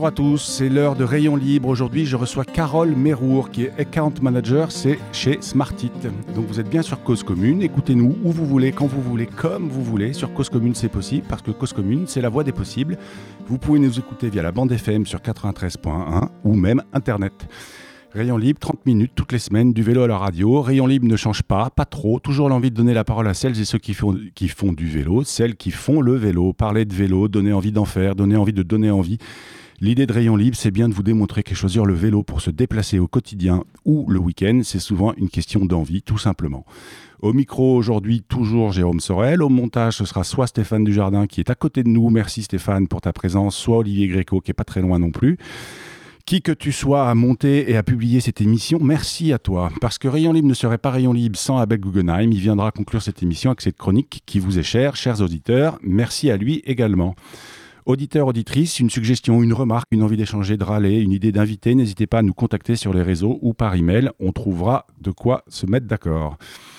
Bonjour à tous, c'est l'heure de Rayon Libre. Aujourd'hui, je reçois Carole Mérour, qui est Account Manager, c'est chez Smartit. Donc vous êtes bien sur Cause Commune, écoutez-nous où vous voulez, quand vous voulez, comme vous voulez. Sur Cause Commune, c'est possible, parce que Cause Commune, c'est la voie des possibles. Vous pouvez nous écouter via la bande FM sur 93.1 ou même Internet. Rayon Libre, 30 minutes toutes les semaines, du vélo à la radio. Rayon Libre ne change pas trop. Toujours l'envie de donner la parole à celles et ceux qui font du vélo, celles qui font le vélo. Parler de vélo, donner envie d'en faire, donner envie de donner envie. L'idée de Rayon Libre, c'est bien de vous démontrer que choisir le vélo pour se déplacer au quotidien ou le week-end, c'est souvent une question d'envie, tout simplement. Au micro aujourd'hui, toujours Jérôme Sorel. Au montage, ce sera soit Stéphane Dujardin qui est à côté de nous. Merci Stéphane pour ta présence. Soit Olivier Gréco qui est pas très loin non plus. Qui que tu sois à monter et à publier cette émission, merci à toi. Parce que Rayon Libre ne serait pas Rayon Libre sans Abel Guggenheim. Il viendra conclure cette émission avec cette chronique qui vous est chère, chers auditeurs. Merci à lui également. Auditeurs, auditrices, une suggestion, une remarque, une envie d'échanger, de râler, une idée d'inviter, n'hésitez pas à nous contacter sur les réseaux ou par email. On trouvera de quoi se mettre d'accord.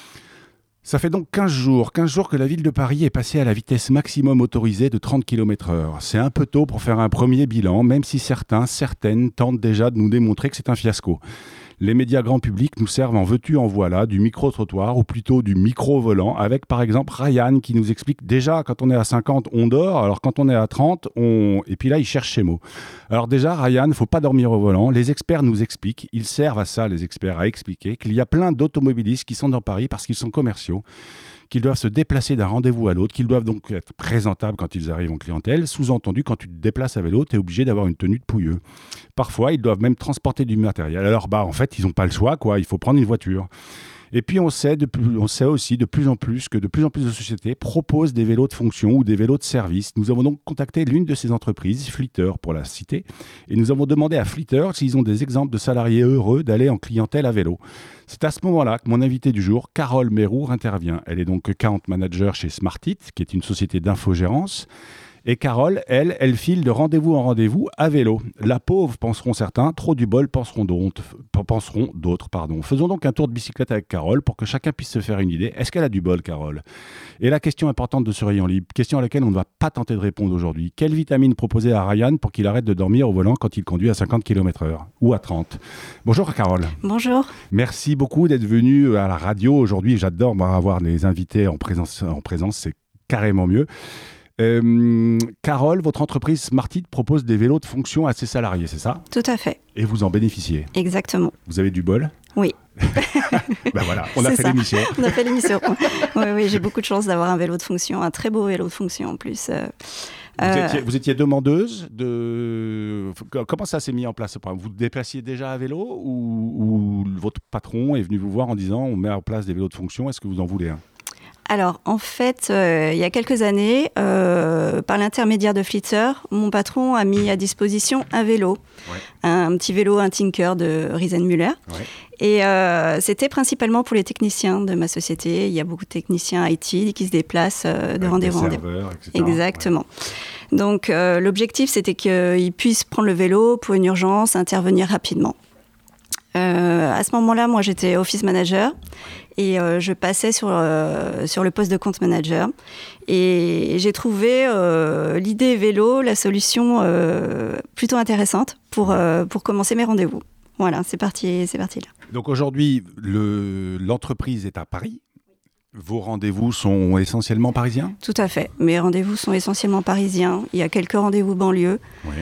Ça fait donc 15 jours que la ville de Paris est passée à la vitesse maximum autorisée de 30 km/h. C'est un peu tôt pour faire un premier bilan, même si certaines tentent déjà de nous démontrer que c'est un fiasco. Les médias grand public nous servent en veux-tu en voilà, du micro-trottoir ou plutôt du micro-volant, avec par exemple Ryan qui nous explique déjà quand on est à 50 on dort, alors quand on est à 30 et puis là il cherche ses mots. Alors déjà Ryan, faut pas dormir au volant, les experts nous expliquent, ils servent à ça les experts, à expliquer qu'il y a plein d'automobilistes qui sont dans Paris parce qu'ils sont commerciaux, qu'ils doivent se déplacer d'un rendez-vous à l'autre, qu'ils doivent donc être présentables quand ils arrivent en clientèle. Sous-entendu, quand tu te déplaces à vélo, tu es obligé d'avoir une tenue de pouilleux. Parfois, ils doivent même transporter du matériel. Alors, en fait, ils n'ont pas le choix, quoi. Il faut prendre une voiture. Et puis, on sait aussi de plus en plus que de plus en plus de sociétés proposent des vélos de fonction ou des vélos de service. Nous avons donc contacté l'une de ces entreprises, Flitter pour la citer, et nous avons demandé à Flitter s'ils ont des exemples de salariés heureux d'aller en clientèle à vélo. C'est à ce moment-là que mon invité du jour, Carole Mérour, intervient. Elle est donc Account Manager chez Smartit, qui est une société d'infogérance. Et Carole, elle file de rendez-vous en rendez-vous à vélo. La pauvre, penseront certains, trop du bol, penseront d'autres. Faisons donc un tour de bicyclette avec Carole pour que chacun puisse se faire une idée. Est-ce qu'elle a du bol, Carole ? Et la question importante de ce Rayon Libre, question à laquelle on ne va pas tenter de répondre aujourd'hui. Quelle vitamine proposer à Ryan pour qu'il arrête de dormir au volant quand il conduit à 50 km/h ou à 30 ? Bonjour Carole. Bonjour. Merci beaucoup d'être venue à la radio aujourd'hui. J'adore avoir des invités en présence, c'est carrément mieux. Carole, votre entreprise Smartit propose des vélos de fonction à ses salariés, c'est ça ? Tout à fait. Et vous en bénéficiez ? Exactement. Vous avez du bol ? Oui. Ben voilà, on a fait l'émission. On a fait l'émission. Oui, j'ai beaucoup de chance d'avoir un vélo de fonction, un très beau vélo de fonction en plus. Vous étiez demandeuse de... Comment ça s'est mis en place ce programme ? Vous déplaciez déjà à vélo ou votre patron est venu vous voir en disant on met en place des vélos de fonction, est-ce que vous en voulez un ? Alors, en fait, il y a quelques années, par l'intermédiaire de Flitter, mon patron a mis à disposition un vélo, un petit vélo, un Tinker de Riesenmüller. Ouais. Et c'était principalement pour les techniciens de ma société. Il y a beaucoup de techniciens IT qui se déplacent de rendez-vous en rendez-vous. Etc. Exactement. Ouais. Donc, l'objectif, c'était qu'ils puissent prendre le vélo pour une urgence, intervenir rapidement. À ce moment-là, moi, j'étais office manager et je passais sur le poste de compte manager. Et j'ai trouvé l'idée vélo, la solution plutôt intéressante pour commencer mes rendez-vous. Voilà, c'est parti là. Donc aujourd'hui, l'entreprise est à Paris. Vos rendez-vous sont essentiellement parisiens ? Tout à fait. Mes rendez-vous sont essentiellement parisiens. Il y a quelques rendez-vous banlieue. Oui.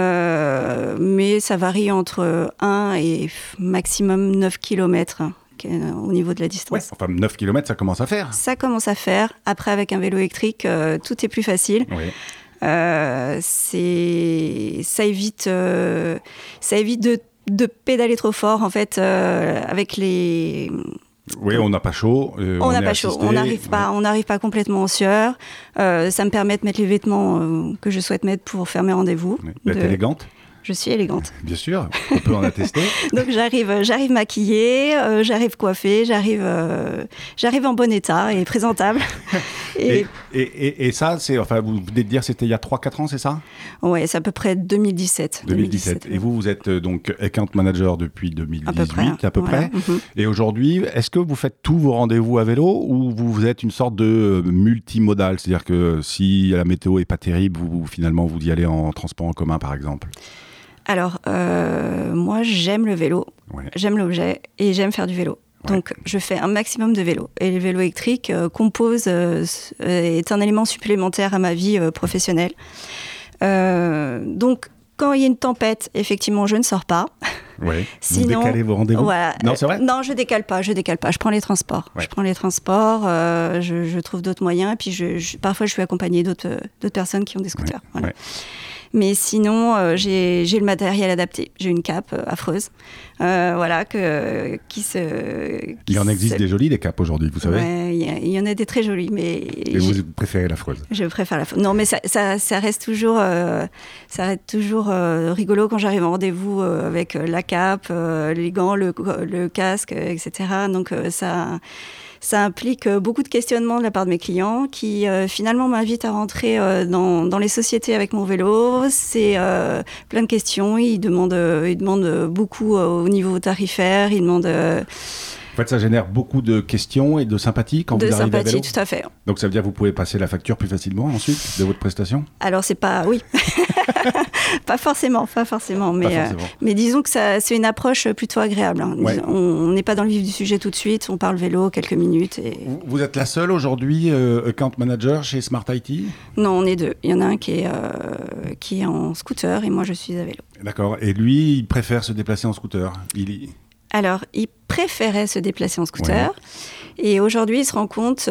Mais ça varie entre 1 et maximum 9 km au niveau de la distance. Ouais, enfin 9 km, ça commence à faire. Ça commence à faire. Après, avec un vélo électrique, tout est plus facile. Oui. Ça évite de pédaler trop fort, en fait, avec les... Oui, on n'a pas chaud. On n'a pas chaud. On n'arrive pas complètement en sueur. Ça me permet de mettre les vêtements que je souhaite mettre pour faire mes rendez-vous. Oui. Vous êtes élégante ? Je suis élégante. Bien sûr, on peut en attester. Donc j'arrive maquillée, j'arrive coiffée, j'arrive en bon état et présentable. Et ça, vous venez de dire, c'était il y a 3-4 ans, c'est ça? Ouais, c'est à peu près 2017. Et vous êtes donc account manager depuis 2018 à peu voilà. près. Et aujourd'hui, est-ce que vous faites tous vos rendez-vous à vélo ou vous êtes une sorte de multimodal? C'est-à-dire que si la météo est pas terrible, finalement vous y allez en transport en commun par exemple? Alors, moi j'aime le vélo, j'aime l'objet et j'aime faire du vélo. Donc, je fais un maximum de vélo. Et le vélo électrique est un élément supplémentaire à ma vie professionnelle. Donc, quand il y a une tempête, effectivement, je ne sors pas. Ouais. Sinon, vous décalez vos rendez-vous? Voilà. Non, c'est vrai? Non, je décale pas. Je prends les transports. Ouais. Je prends les transports, je trouve d'autres moyens. Et puis, parfois, je suis accompagnée d'autres personnes qui ont des scooters. Ouais. Voilà. Ouais. Mais sinon, j'ai le matériel adapté. J'ai une cape affreuse, voilà, Il en existe des jolies, des capes aujourd'hui, vous savez. Ouais, il y en a des très jolies, mais. Et vous préférez l'affreuse? Je préfère l'affreuse. Non, mais ça reste toujours, rigolo quand j'arrive en rendez-vous avec la cape, les gants, le casque, etc. Donc ça implique beaucoup de questionnements de la part de mes clients qui finalement m'invitent à rentrer dans les sociétés avec mon vélo. C'est plein de questions. Ils demandent beaucoup au niveau tarifaire. Ils demandent... En fait, ça génère beaucoup de questions et de sympathie quand vous arrivez à vélo. De sympathie, tout à fait. Donc ça veut dire que vous pouvez passer la facture plus facilement ensuite de votre prestation? Alors c'est pas... Oui. Pas forcément. Mais disons que c'est une approche plutôt agréable. Hein. Ouais. On n'est pas dans le vif du sujet tout de suite, on parle vélo quelques minutes. Et... Vous êtes la seule aujourd'hui account manager chez Smart IT? Non, on est deux. Il y en a un qui est en scooter et moi je suis à vélo. D'accord. Et lui, il préfère se déplacer en scooter? Alors, il préférait se déplacer en scooter. Ouais. Et aujourd'hui, il se rend compte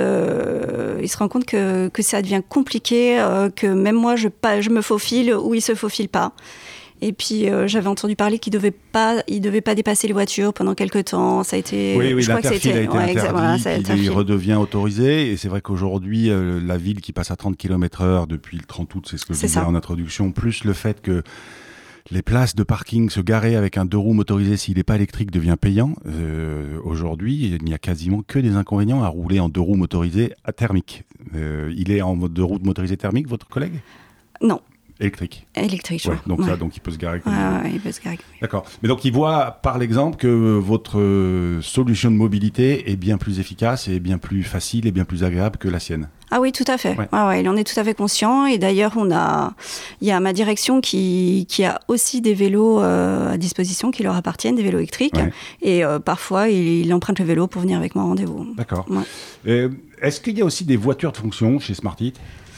que ça devient compliqué, que même moi, je me faufile ou il se faufile pas. Et puis, j'avais entendu parler qu'il devait pas dépasser les voitures pendant quelques temps. Ça a été... Oui, l'interfile a été interdit, il redevient autorisé. Et c'est vrai qu'aujourd'hui, la ville qui passe à 30 km/h depuis le 30 août, c'est ce que je disais en introduction, plus le fait que les places de parking, se garer avec un 2 roues motorisé s'il n'est pas électrique devient payant. Aujourd'hui, il n'y a quasiment que des inconvénients à rouler en 2 roues motorisées thermiques. Il est en 2 roues motorisées thermiques, votre collègue? Non. Électrique. Électrique, je crois. Donc il peut se garer comme il peut se garer. D'accord. Mais donc il voit par l'exemple que votre solution de mobilité est bien plus efficace et bien plus facile et bien plus agréable que la sienne. Ah oui, tout à fait. Ouais, il en est tout à fait conscient. Et d'ailleurs, il y a ma direction qui a aussi des vélos à disposition qui leur appartiennent, des vélos électriques. Ouais. Et parfois, il emprunte le vélo pour venir avec moi en rendez-vous. D'accord. Ouais. Est-ce qu'il y a aussi des voitures de fonction chez Smartit?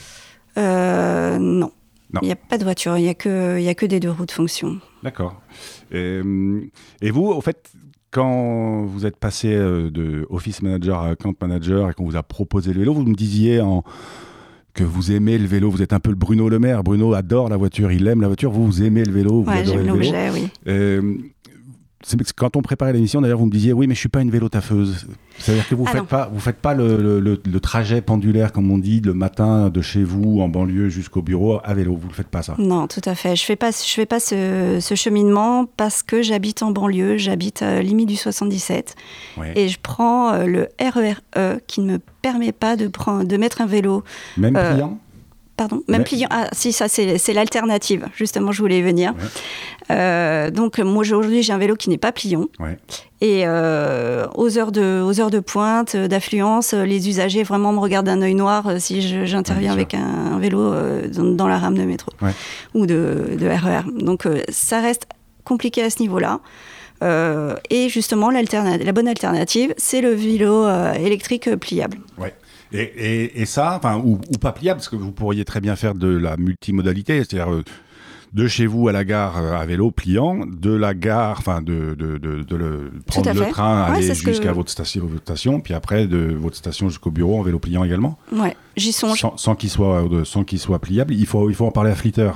Non. Il n'y a pas de voiture, il n'y a que des 2 roues de fonction. D'accord. Et vous, au fait, quand vous êtes passé de office manager à account manager et qu'on vous a proposé le vélo, vous me disiez que vous aimez le vélo, vous êtes un peu le Bruno Le Maire. Bruno adore la voiture, il aime la voiture, vous aimez le vélo, vous adorez le vélo. J'aime l'objet, oui. Quand on préparait l'émission, d'ailleurs, vous me disiez, oui, mais je ne suis pas une vélo-taffeuse. C'est-à-dire que vous ne faites pas le trajet pendulaire, comme on dit, le matin de chez vous, en banlieue, jusqu'au bureau, à vélo. Vous ne faites pas ça? Non, tout à fait. Je fais pas ce cheminement parce que j'habite en banlieue, j'habite à limite du 77. Ouais. Et je prends le RER qui ne me permet pas de mettre un vélo. Même pliant? Pardon, même pliant. Ah, si, ça, c'est l'alternative. Justement, je voulais y venir. Ouais. Donc, moi, aujourd'hui, j'ai un vélo qui n'est pas pliant. Ouais. Et aux heures de pointe, d'affluence, les usagers vraiment me regardent d'un œil noir si j'interviens avec un vélo dans la rame de métro ou de RER. Donc, ça reste compliqué à ce niveau-là. Et justement, la bonne alternative, c'est le vélo électrique pliable. Ouais. Et ça, enfin, ou pas pliable, parce que vous pourriez très bien faire de la multimodalité, c'est-à-dire de chez vous à la gare à vélo pliant, de la gare, enfin de prendre le train, aller jusqu'à votre station, puis après de votre station jusqu'au bureau en vélo pliant également. Ouais, j'y songe. Sans qu'il soit pliable, il faut en parler à Flitter.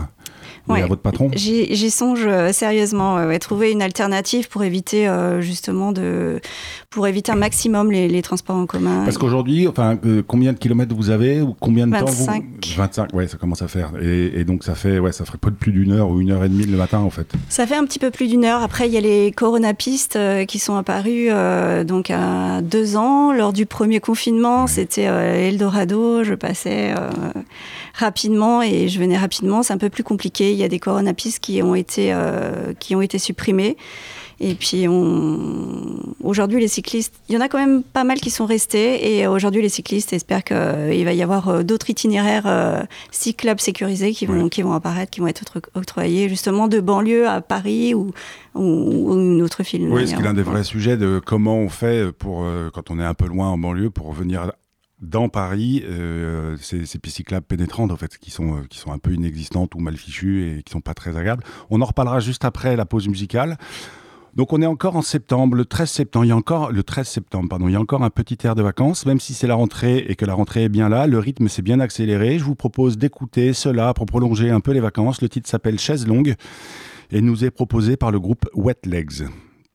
et à votre patron? J'y songe sérieusement. Trouver une alternative pour éviter pour éviter un maximum les transports en commun. Parce qu'aujourd'hui, combien de kilomètres vous avez ou combien de 25. temps 25, ouais, ça commence à faire. Et donc ça ferait pas plus d'une heure ou 1h30 le matin en fait. Ça fait un petit peu plus d'une heure. Après, il y a les coronapistes qui sont apparus donc à 2 ans. Lors du premier confinement, c'était Eldorado. Je passais rapidement et je venais rapidement. C'est un peu plus compliqué. Il y a des coronapistes qui ont été supprimés. Et puis aujourd'hui les cyclistes, il y en a quand même pas mal qui sont restés, et aujourd'hui les cyclistes espèrent qu'il va y avoir d'autres itinéraires cyclables sécurisés qui vont apparaître, qui vont être octroyés justement de banlieue à Paris ou une autre ville. Oui, c'est l'un des vrais sujets de comment on fait pour quand on est un peu loin en banlieue pour revenir dans Paris, ces pistes cyclables pénétrantes en fait, qui sont un peu inexistantes ou mal fichues et qui sont pas très agréables. On en reparlera juste après la pause musicale. Donc on est encore en septembre, le 13 septembre, il y a encore un petit air de vacances, même si c'est la rentrée et que la rentrée est bien là, le rythme s'est bien accéléré. Je vous propose d'écouter cela pour prolonger un peu les vacances. Le titre s'appelle Chaise longue et nous est proposé par le groupe Wet Legs.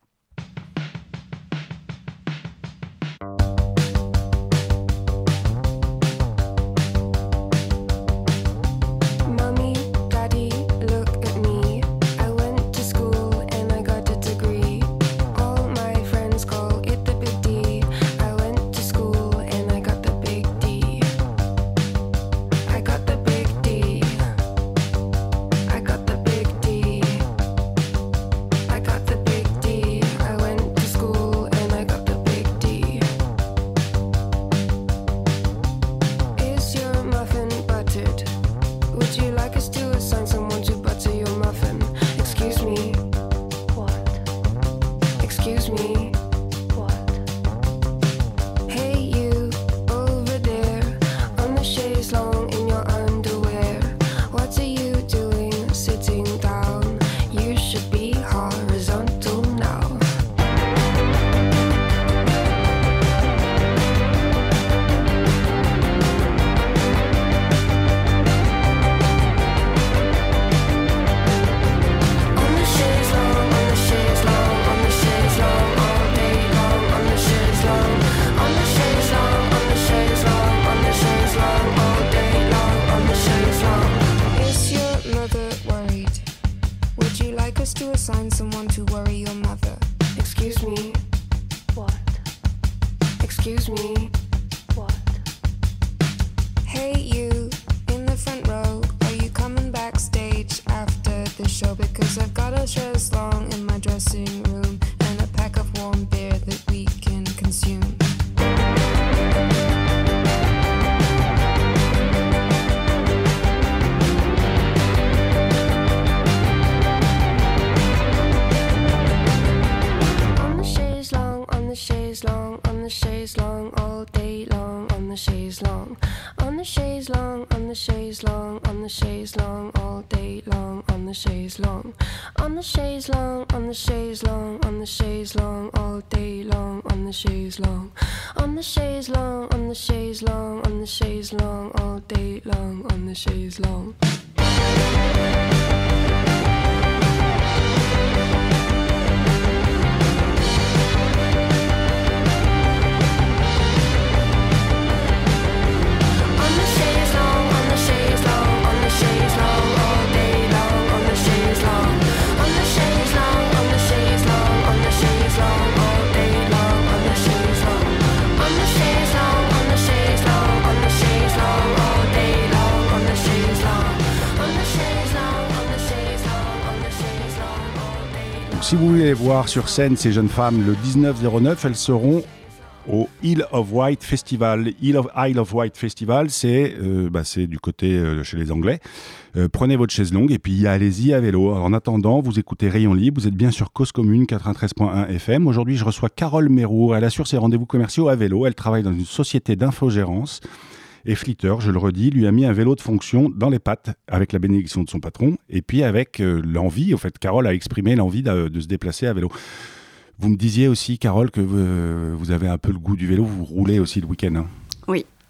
Si vous voulez voir sur scène ces jeunes femmes le 19/09, elles seront au Isle of Wight Festival. Isle of Wight Festival, c'est du côté chez les Anglais. Prenez votre chaise longue et puis allez-y à vélo. Alors, en attendant, vous écoutez Rayon Libre, vous êtes bien sur Cause Commune 93.1 FM. Aujourd'hui, je reçois Carole Mérour. Elle assure ses rendez-vous commerciaux à vélo. Elle travaille dans une société d'infogérance. Et Flitter, je le redis, lui a mis un vélo de fonction dans les pattes avec la bénédiction de son patron et puis avec l'envie. En fait, Carole a exprimé l'envie de se déplacer à vélo. Vous me disiez aussi, Carole, que vous avez un peu le goût du vélo. Vous roulez aussi le week-end. Hein. Oui,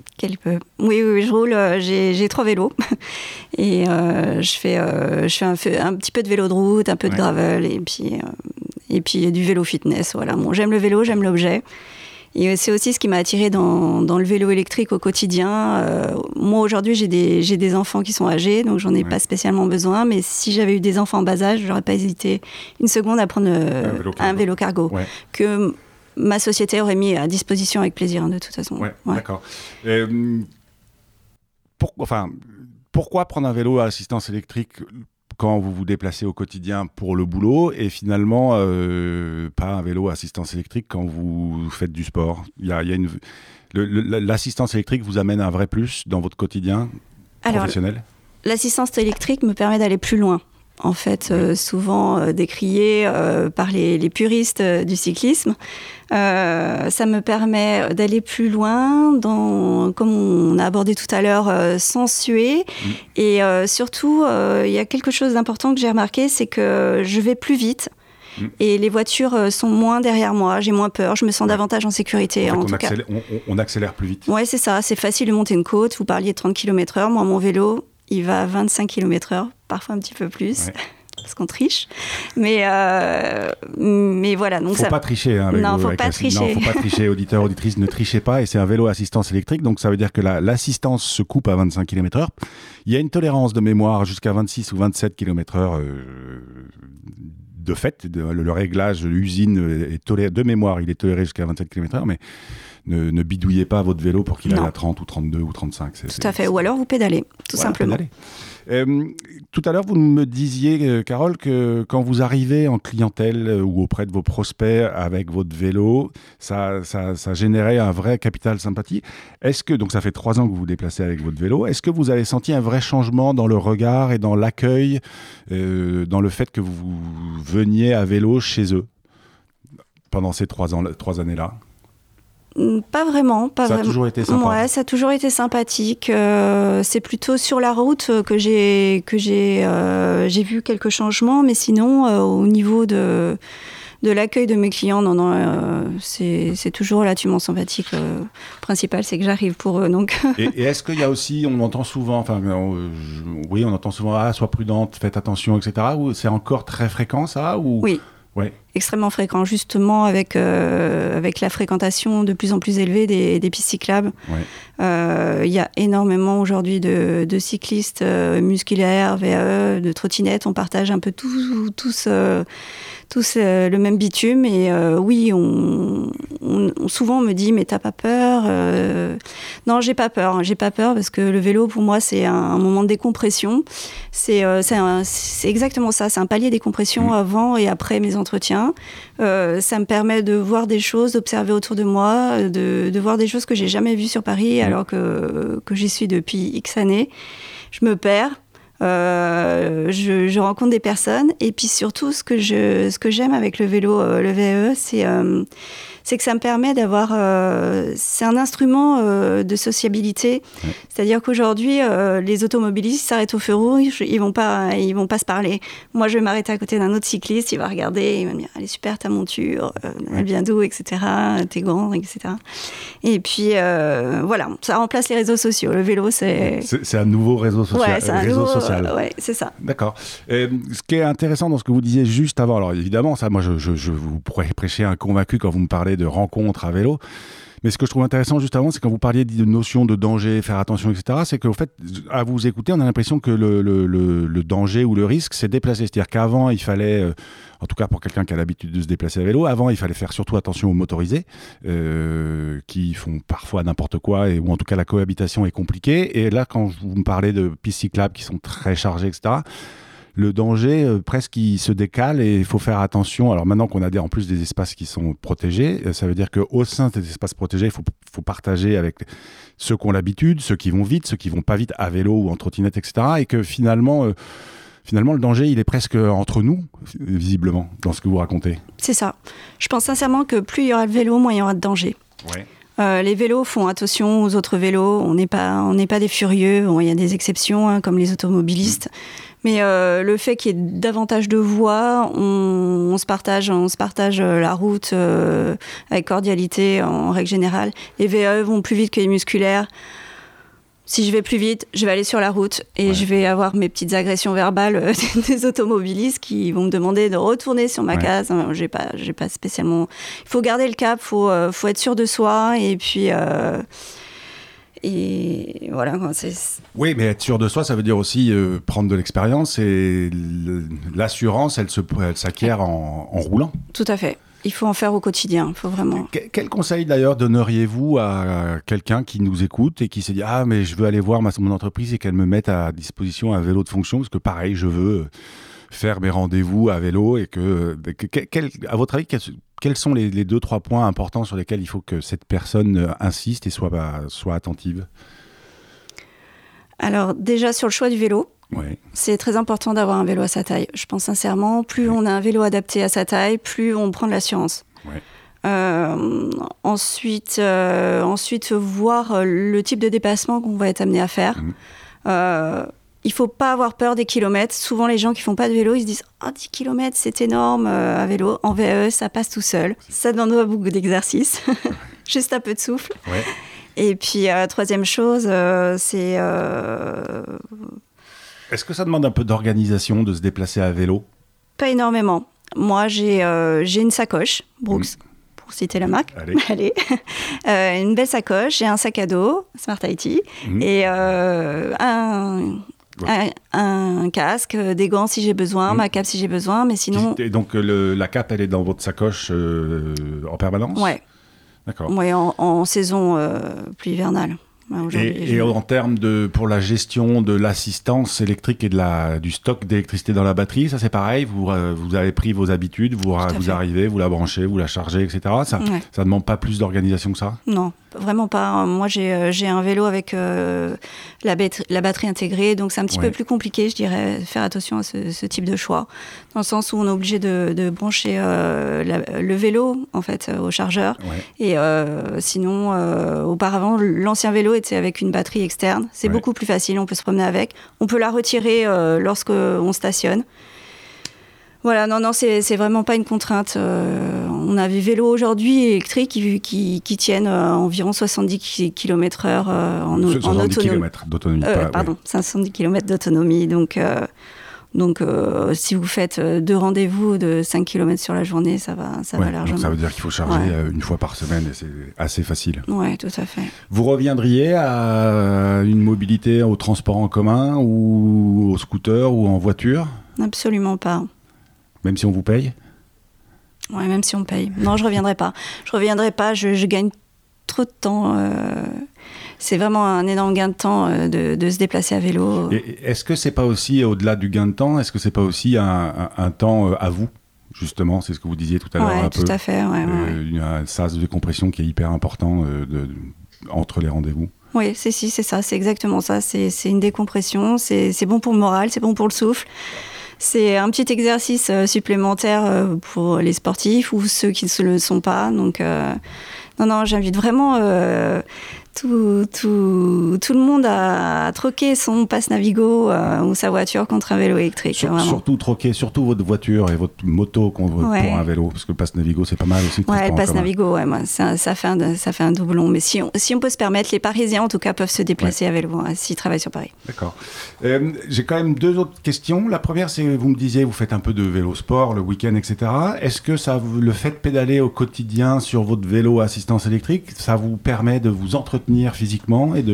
Oui, je roule. J'ai 3 vélos. Et je fais un petit peu de vélo de route, un peu de gravel, et puis du vélo fitness. Voilà. Bon, j'aime le vélo, j'aime l'objet. Et c'est aussi ce qui m'a attirée dans le vélo électrique au quotidien. Moi, aujourd'hui, j'ai des enfants qui sont âgés, donc j'en ai pas spécialement besoin. Mais si j'avais eu des enfants en bas âge, j'aurais pas hésité une seconde à prendre un vélo cargo que ma société aurait mis à disposition avec plaisir, de toute façon. Ouais. D'accord. Pourquoi prendre un vélo à assistance électrique quand vous vous déplacez au quotidien pour le boulot et finalement pas un vélo à assistance électrique quand vous faites du sport? L'assistance électrique vous amène un vrai plus dans votre quotidien professionnel? L'assistance électrique me permet d'aller plus loin. En fait, souvent décriée par les puristes du cyclisme. Ça me permet d'aller plus loin, comme on a abordé tout à l'heure, sans suer. Et surtout, il y a quelque chose d'important que j'ai remarqué, c'est que je vais plus vite. Et les voitures sont moins derrière moi, j'ai moins peur, je me sens davantage en sécurité. En tout cas. On accélère plus vite. Oui, c'est ça, c'est facile de monter une côte. Vous parliez de 30 km/h, moi mon vélo, il va à 25 km/h, parfois un petit peu plus, parce qu'on triche. Mais voilà. Donc faut pas tricher. Non, faut pas tricher. Non, faut pas tricher, auditeurs, auditrices, ne trichez pas. Et c'est un vélo à assistance électrique, donc ça veut dire que l'assistance se coupe à 25 km/h. Il y a une tolérance de mémoire jusqu'à 26 ou 27 km/h de fait. Le réglage de l'usine est toléré, de mémoire, il est toléré jusqu'à 27 km/h, mais ne bidouillez pas votre vélo pour qu'il aille à 30 ou 32 ou 35. Tout à fait. Ou alors vous pédalez, tout simplement. Tout à l'heure, vous me disiez, Carole, que quand vous arrivez en clientèle ou auprès de vos prospects avec votre vélo, ça générait un vrai capital sympathie. Donc ça fait 3 ans que vous vous déplacez avec votre vélo. Est-ce que vous avez senti un vrai changement dans le regard et dans l'accueil, dans le fait que vous veniez à vélo chez eux pendant ces 3 années-là? Pas vraiment. Ça a toujours été sympa. Ouais, ça a toujours été sympathique. C'est plutôt sur la route que j'ai vu quelques changements, mais sinon, au niveau de l'accueil de mes clients, c'est toujours relativement sympathique. Le principal, c'est que j'arrive pour eux. Donc. Et est-ce qu'il y a aussi, on entend souvent, on entend souvent, sois prudente, faites attention, etc. Ou c'est encore très fréquent ça ou... Oui. Ouais. Extrêmement fréquent, justement avec la fréquentation de plus en plus élevée des pistes cyclables. Il y a énormément aujourd'hui de cyclistes musculaires, VAE, de trottinettes. On partage un peu tous le même bitume. Et oui, souvent on me dit « mais t'as pas peur ?» Non, j'ai pas peur. J'ai pas peur parce que le vélo, pour moi, c'est un moment de décompression. C'est exactement ça. C'est un palier de décompression avant et après mes entretiens. Ça me permet de voir des choses, d'observer autour de moi, de voir des choses que j'ai jamais vues sur Paris alors que j'y suis depuis X années. Je me perds. Je rencontre des personnes et puis surtout ce que j'aime avec le vélo, le VAE, c'est que ça me permet d'avoir c'est un instrument de sociabilité. C'est-à-dire qu'aujourd'hui les automobilistes s'arrêtent au feu rouge, ils vont pas se parler. Moi je vais m'arrêter à côté d'un autre cycliste, il va regarder, il va me dire elle est super ta monture, elle vient d'où, etc., tes gants, etc. Et puis voilà, ça remplace les réseaux sociaux. Le vélo c'est un nouveau réseau social. Ouais, c'est un réseau social. Ouais, c'est ça. D'accord. Ce qui est intéressant dans ce que vous disiez juste avant, alors évidemment, ça, moi, je vous pourrais prêcher un convaincu quand vous me parlez de rencontres à vélo. Mais ce que je trouve intéressant juste avant, c'est quand vous parliez de notion de danger, faire attention, etc., c'est qu'au fait, à vous écouter, on a l'impression que le danger ou le risque s'est déplacé. C'est-à-dire qu'avant, il fallait, en tout cas pour quelqu'un qui a l'habitude de se déplacer à vélo, avant, il fallait faire surtout attention aux motorisés, qui font parfois n'importe quoi, ou en tout cas la cohabitation est compliquée. Et là, quand vous me parlez de pistes cyclables qui sont très chargées, etc., le danger, presque, il se décale et il faut faire attention. Alors maintenant qu'on a en plus des espaces qui sont protégés, ça veut dire qu'au sein de ces espaces protégés, il faut partager avec ceux qui ont l'habitude, ceux qui vont vite, ceux qui vont pas vite à vélo ou en trottinette, etc. Et que finalement, le danger, il est presque entre nous, visiblement, dans ce que vous racontez. C'est ça. Je pense sincèrement que plus il y aura de vélos, moins il y aura de danger. Ouais. Les vélos font attention aux autres vélos. On n'est pas des furieux. Bon, il y a des exceptions, comme les automobilistes. Mais le fait qu'il y ait davantage de voies, on se partage la route avec cordialité en règle générale. Les VAE vont plus vite que les musculaires. Si je vais plus vite, je vais aller sur la route et je vais avoir mes petites agressions verbales des automobilistes qui vont me demander de retourner sur ma case. J'ai pas spécialement. Il faut garder le cap, faut être sûr de soi et puis. Et voilà. Oui, mais être sûr de soi, ça veut dire aussi prendre de l'expérience et l'assurance, elle s'acquiert en roulant. Tout à fait. Il faut en faire au quotidien, il faut vraiment. Quel conseil d'ailleurs donneriez-vous à quelqu'un qui nous écoute et qui se dit « Ah, mais je veux aller voir mon entreprise et qu'elle me mette à disposition un vélo de fonction parce que pareil, je veux faire mes rendez-vous à vélo et à votre avis, quels sont les 2-3 points importants sur lesquels il faut que cette personne insiste et soit attentive ?» Alors déjà sur le choix du vélo, c'est très important d'avoir un vélo à sa taille. Je pense sincèrement, plus on a un vélo adapté à sa taille, plus on prend de l'assurance. Ensuite, voir le type de déplacement qu'on va être amené à faire. Il ne faut pas avoir peur des kilomètres. Souvent, les gens qui ne font pas de vélo, ils se disent « 10 kilomètres, c'est énorme à vélo. En VAE, ça passe tout seul. » Ça demande pas beaucoup d'exercice, juste un peu de souffle. Et puis, troisième chose, c'est... Est-ce que ça demande un peu d'organisation de se déplacer à vélo ? Pas énormément. Moi, j'ai une sacoche, Brooks, pour citer la marque. Allez. Une belle sacoche, j'ai un sac à dos, Smart IT, et un casque, des gants si j'ai besoin, ma cape si j'ai besoin, mais sinon... Et donc, la cape, elle est dans votre sacoche en permanence ? Ouais. D'accord. Ouais, en saison plus hivernale. Et en termes pour la gestion de l'assistance électrique et du stock d'électricité dans la batterie, ça c'est pareil, vous avez pris vos habitudes, vous arrivez, vous la branchez, vous la chargez, etc. Ça ne demande pas plus d'organisation que ça ? Non, vraiment pas. Moi j'ai un vélo avec la batterie intégrée, donc c'est un petit peu plus compliqué, je dirais, faire attention à ce type de choix, dans le sens où on est obligé de brancher le vélo en fait au chargeur. Et sinon, auparavant, l'ancien vélo était avec une batterie externe. C'est beaucoup plus facile, on peut se promener avec. On peut la retirer lorsqu'on stationne. Voilà, non, c'est vraiment pas une contrainte. On a des vélos aujourd'hui électriques qui tiennent environ 70 km/h en autonomie. 70 km d'autonomie. 70 km d'autonomie. Donc, si vous faites 2 rendez-vous de 5 km sur la journée, ça va largement. Ça veut dire qu'il faut charger une fois par semaine et c'est assez facile. Oui, tout à fait. Vous reviendriez à une mobilité au transport en commun ou au scooter ou en voiture ? Absolument pas. Même si on vous paye ? Oui, même si on paye. Non, je ne reviendrai pas. Je gagne trop de temps. C'est vraiment un énorme gain de temps de se déplacer à vélo. Et est-ce que c'est pas aussi, au-delà du gain de temps, est-ce que c'est pas aussi un temps à vous, justement ? C'est ce que vous disiez tout à l'heure. Oui, tout à fait. Un sas de décompression qui est hyper important entre les rendez-vous. Oui, c'est ça. C'est exactement ça. C'est une décompression. C'est bon pour le moral, c'est bon pour le souffle. C'est un petit exercice supplémentaire pour les sportifs ou ceux qui ne le sont pas. Donc, non, j'invite vraiment tout le monde à troquer son pass Navigo ou sa voiture contre un vélo électrique. Surtout votre voiture et votre moto pour un vélo, parce que le pass Navigo, c'est pas mal aussi. Le pass Navigo, ça fait un doublon. Mais si on peut se permettre, les Parisiens, en tout cas, peuvent se déplacer à vélo s'ils travaillent sur Paris. D'accord. J'ai quand même 2 autres questions. La première, c'est, vous me disiez, vous faites un peu de vélo sport le week-end, etc. Est-ce que le fait de pédaler au quotidien sur votre vélo à assistance électrique, ça vous permet de vous entretenir physiquement et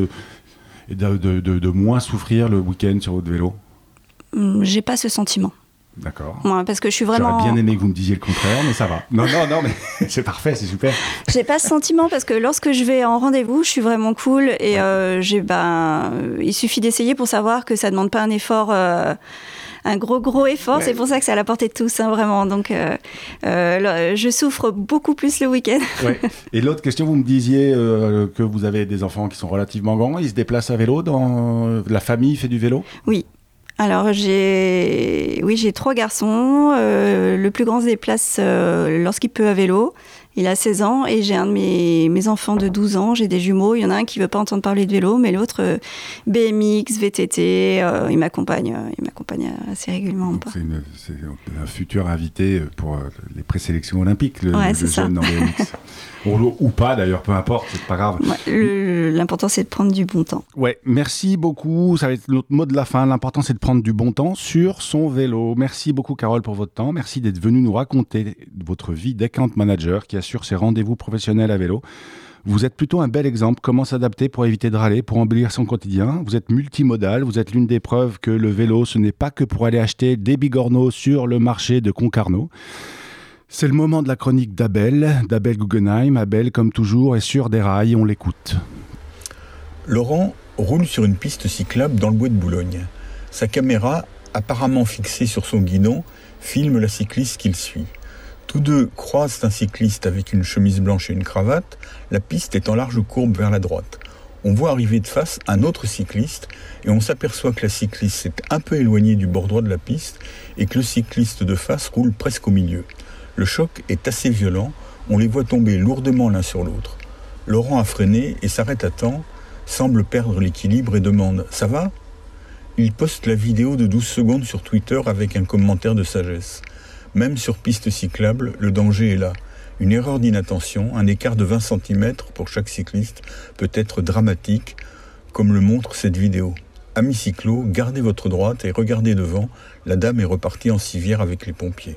de moins souffrir le week-end sur votre vélo ? J'ai pas ce sentiment. D'accord. Moi, parce que je suis vraiment... J'aurais bien aimé que vous me disiez le contraire, mais ça va. Non, mais c'est parfait, c'est super. J'ai pas ce sentiment parce que lorsque je vais en rendez-vous, je suis vraiment cool et il suffit d'essayer pour savoir que ça demande pas un effort... un gros effort, c'est pour ça que c'est à la portée de tous, vraiment. Donc, je souffre beaucoup plus le week-end. Et l'autre question, vous me disiez que vous avez des enfants qui sont relativement grands, ils se déplacent à vélo, la famille fait du vélo ? Oui. Alors, j'ai 3 garçons. Le plus grand se déplace lorsqu'il peut à vélo. Il a 16 ans et j'ai un de mes enfants de 12 ans. J'ai des jumeaux. Il y en a un qui ne veut pas entendre parler de vélo, mais l'autre, BMX, VTT, il m'accompagne assez régulièrement. C'est un futur invité pour les présélections olympiques, le jeune en BMX. Ou pas d'ailleurs, peu importe, c'est pas grave. Ouais, l'important c'est de prendre du bon temps. Ouais, merci beaucoup. Ça va être notre mot de la fin. L'important c'est de prendre du bon temps sur son vélo. Merci beaucoup Carole pour votre temps. Merci d'être venue nous raconter votre vie d'account manager qui assure ses rendez-vous professionnels à vélo. Vous êtes plutôt un bel exemple. Comment s'adapter pour éviter de râler, pour embellir son quotidien. Vous êtes multimodal. Vous êtes l'une des preuves que le vélo, ce n'est pas que pour aller acheter des bigorneaux sur le marché de Concarneau. C'est le moment de la chronique d'Abel Guggenheim. Abel, comme toujours, est sur des rails. On l'écoute. Laurent roule sur une piste cyclable dans le bois de Boulogne. Sa caméra, apparemment fixée sur son guidon, filme la cycliste qu'il suit. Tous deux croisent un cycliste avec une chemise blanche et une cravate. La piste est en large courbe vers la droite. On voit arriver de face un autre cycliste et on s'aperçoit que la cycliste s'est un peu éloignée du bord droit de la piste et que le cycliste de face roule presque au milieu. Le choc est assez violent, on les voit tomber lourdement l'un sur l'autre. Laurent a freiné et s'arrête à temps, semble perdre l'équilibre et demande « Ça va ?» Il poste la vidéo de 12 secondes sur Twitter avec un commentaire de sagesse. Même sur piste cyclable, le danger est là. Une erreur d'inattention, un écart de 20 cm pour chaque cycliste peut être dramatique, comme le montre cette vidéo. Amis cyclos, gardez votre droite et regardez devant, la dame est repartie en civière avec les pompiers.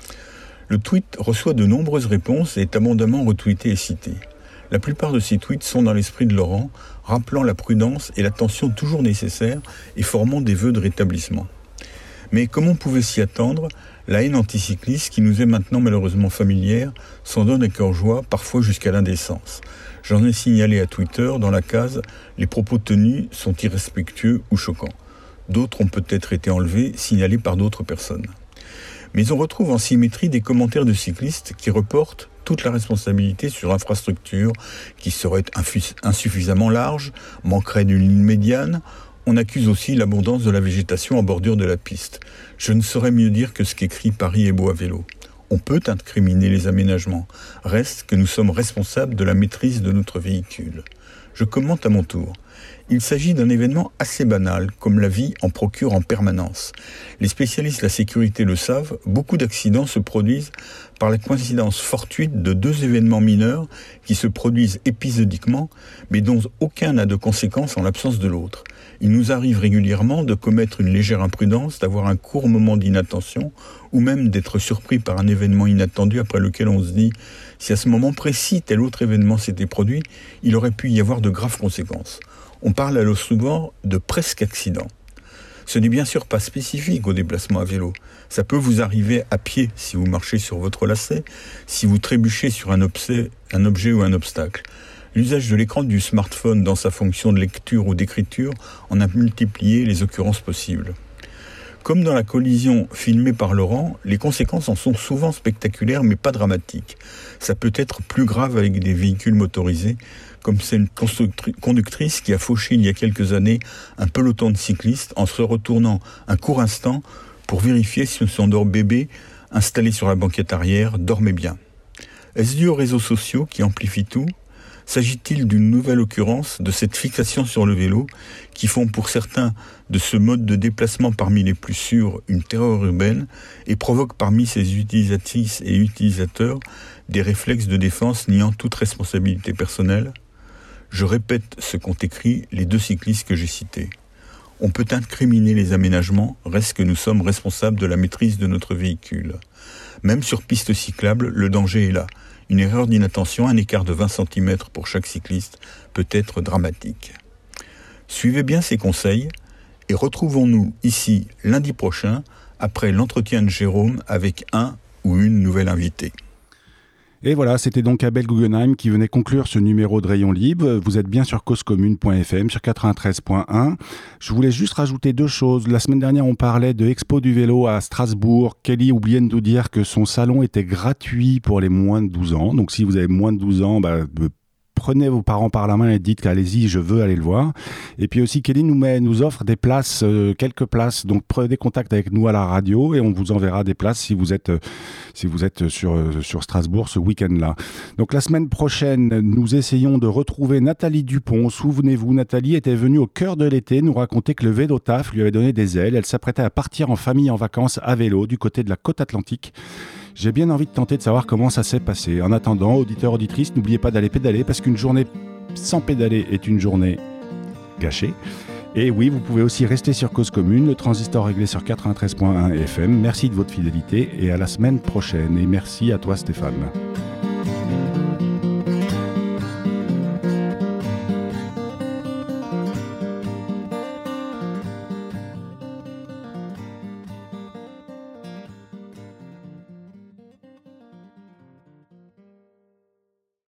Le tweet reçoit de nombreuses réponses et est abondamment retweeté et cité. La plupart de ces tweets sont dans l'esprit de Laurent, rappelant la prudence et l'attention toujours nécessaires et formant des vœux de rétablissement. Mais comme on pouvait s'y attendre, la haine anticycliste, qui nous est maintenant malheureusement familière, s'en donne à cœur joie, parfois jusqu'à l'indécence. J'en ai signalé à Twitter dans la case « Les propos tenus sont irrespectueux ou choquants ». D'autres ont peut-être été enlevés, signalés par d'autres personnes. Mais on retrouve en symétrie des commentaires de cyclistes qui reportent toute la responsabilité sur l'infrastructure qui serait insuffisamment large, manquerait d'une ligne médiane. On accuse aussi l'abondance de la végétation en bordure de la piste. Je ne saurais mieux dire que ce qu'écrit Paris est beau à vélo. On peut incriminer les aménagements. Reste que nous sommes responsables de la maîtrise de notre véhicule. Je commente à mon tour. Il s'agit d'un événement assez banal, comme la vie en procure en permanence. Les spécialistes de la sécurité le savent, beaucoup d'accidents se produisent par la coïncidence fortuite de deux événements mineurs qui se produisent épisodiquement, mais dont aucun n'a de conséquences en l'absence de l'autre. Il nous arrive régulièrement de commettre une légère imprudence, d'avoir un court moment d'inattention, ou même d'être surpris par un événement inattendu après lequel on se dit « si à ce moment précis tel autre événement s'était produit, il aurait pu y avoir de graves conséquences ». On parle alors souvent de presque accident. Ce n'est bien sûr pas spécifique au déplacement à vélo. Ça peut vous arriver à pied si vous marchez sur votre lacet, si vous trébuchez sur un objet ou un obstacle. L'usage de l'écran du smartphone dans sa fonction de lecture ou d'écriture en a multiplié les occurrences possibles. Comme dans la collision filmée par Laurent, les conséquences en sont souvent spectaculaires mais pas dramatiques. Ça peut être plus grave avec des véhicules motorisés, comme c'est une conductrice qui a fauché il y a quelques années un peloton de cyclistes en se retournant un court instant pour vérifier si son bébé installé sur la banquette arrière dormait bien. Est-ce dû aux réseaux sociaux qui amplifient tout ? S'agit-il d'une nouvelle occurrence de cette fixation sur le vélo qui font pour certains de ce mode de déplacement parmi les plus sûrs une terreur urbaine et provoquent parmi ses utilisatrices et utilisateurs des réflexes de défense niant toute responsabilité personnelle ? Je répète ce qu'ont écrit les deux cyclistes que j'ai cités. On peut incriminer les aménagements, reste que nous sommes responsables de la maîtrise de notre véhicule. Même sur piste cyclable, le danger est là. Une erreur d'inattention, un écart de 20 cm pour chaque cycliste, peut être dramatique. Suivez bien ces conseils et retrouvons-nous ici lundi prochain après l'entretien de Jérôme avec un ou une nouvelle invitée. Et voilà, c'était donc Abel Guggenheim qui venait conclure ce numéro de Rayon Libre. Vous êtes bien sur causecommune.fm, sur 93.1. Je voulais juste rajouter deux choses. La semaine dernière, on parlait de Expo du vélo à Strasbourg. Kelly oubliait de nous dire que son salon était gratuit pour les moins de 12 ans. Donc si vous avez moins de 12 ans, prenez vos parents par la main et dites qu'allez-y, je veux aller le voir. Et puis aussi, Kelly nous offre des places, quelques places. Donc prenez contact avec nous à la radio et on vous enverra des places si vous êtes sur Strasbourg ce week-end-là. Donc la semaine prochaine, nous essayons de retrouver Nathalie Dupont. Souvenez-vous, Nathalie était venue au cœur de l'été nous raconter que le vélo taf lui avait donné des ailes. Elle s'apprêtait à partir en famille en vacances à vélo du côté de la côte atlantique. J'ai bien envie de tenter de savoir comment ça s'est passé. En attendant, auditeurs, auditrices, n'oubliez pas d'aller pédaler parce qu'une journée sans pédaler est une journée gâchée. Et oui, vous pouvez aussi rester sur Cause Commune, le transistor réglé sur 93.1 FM. Merci de votre fidélité et à la semaine prochaine. Et merci à toi Stéphane.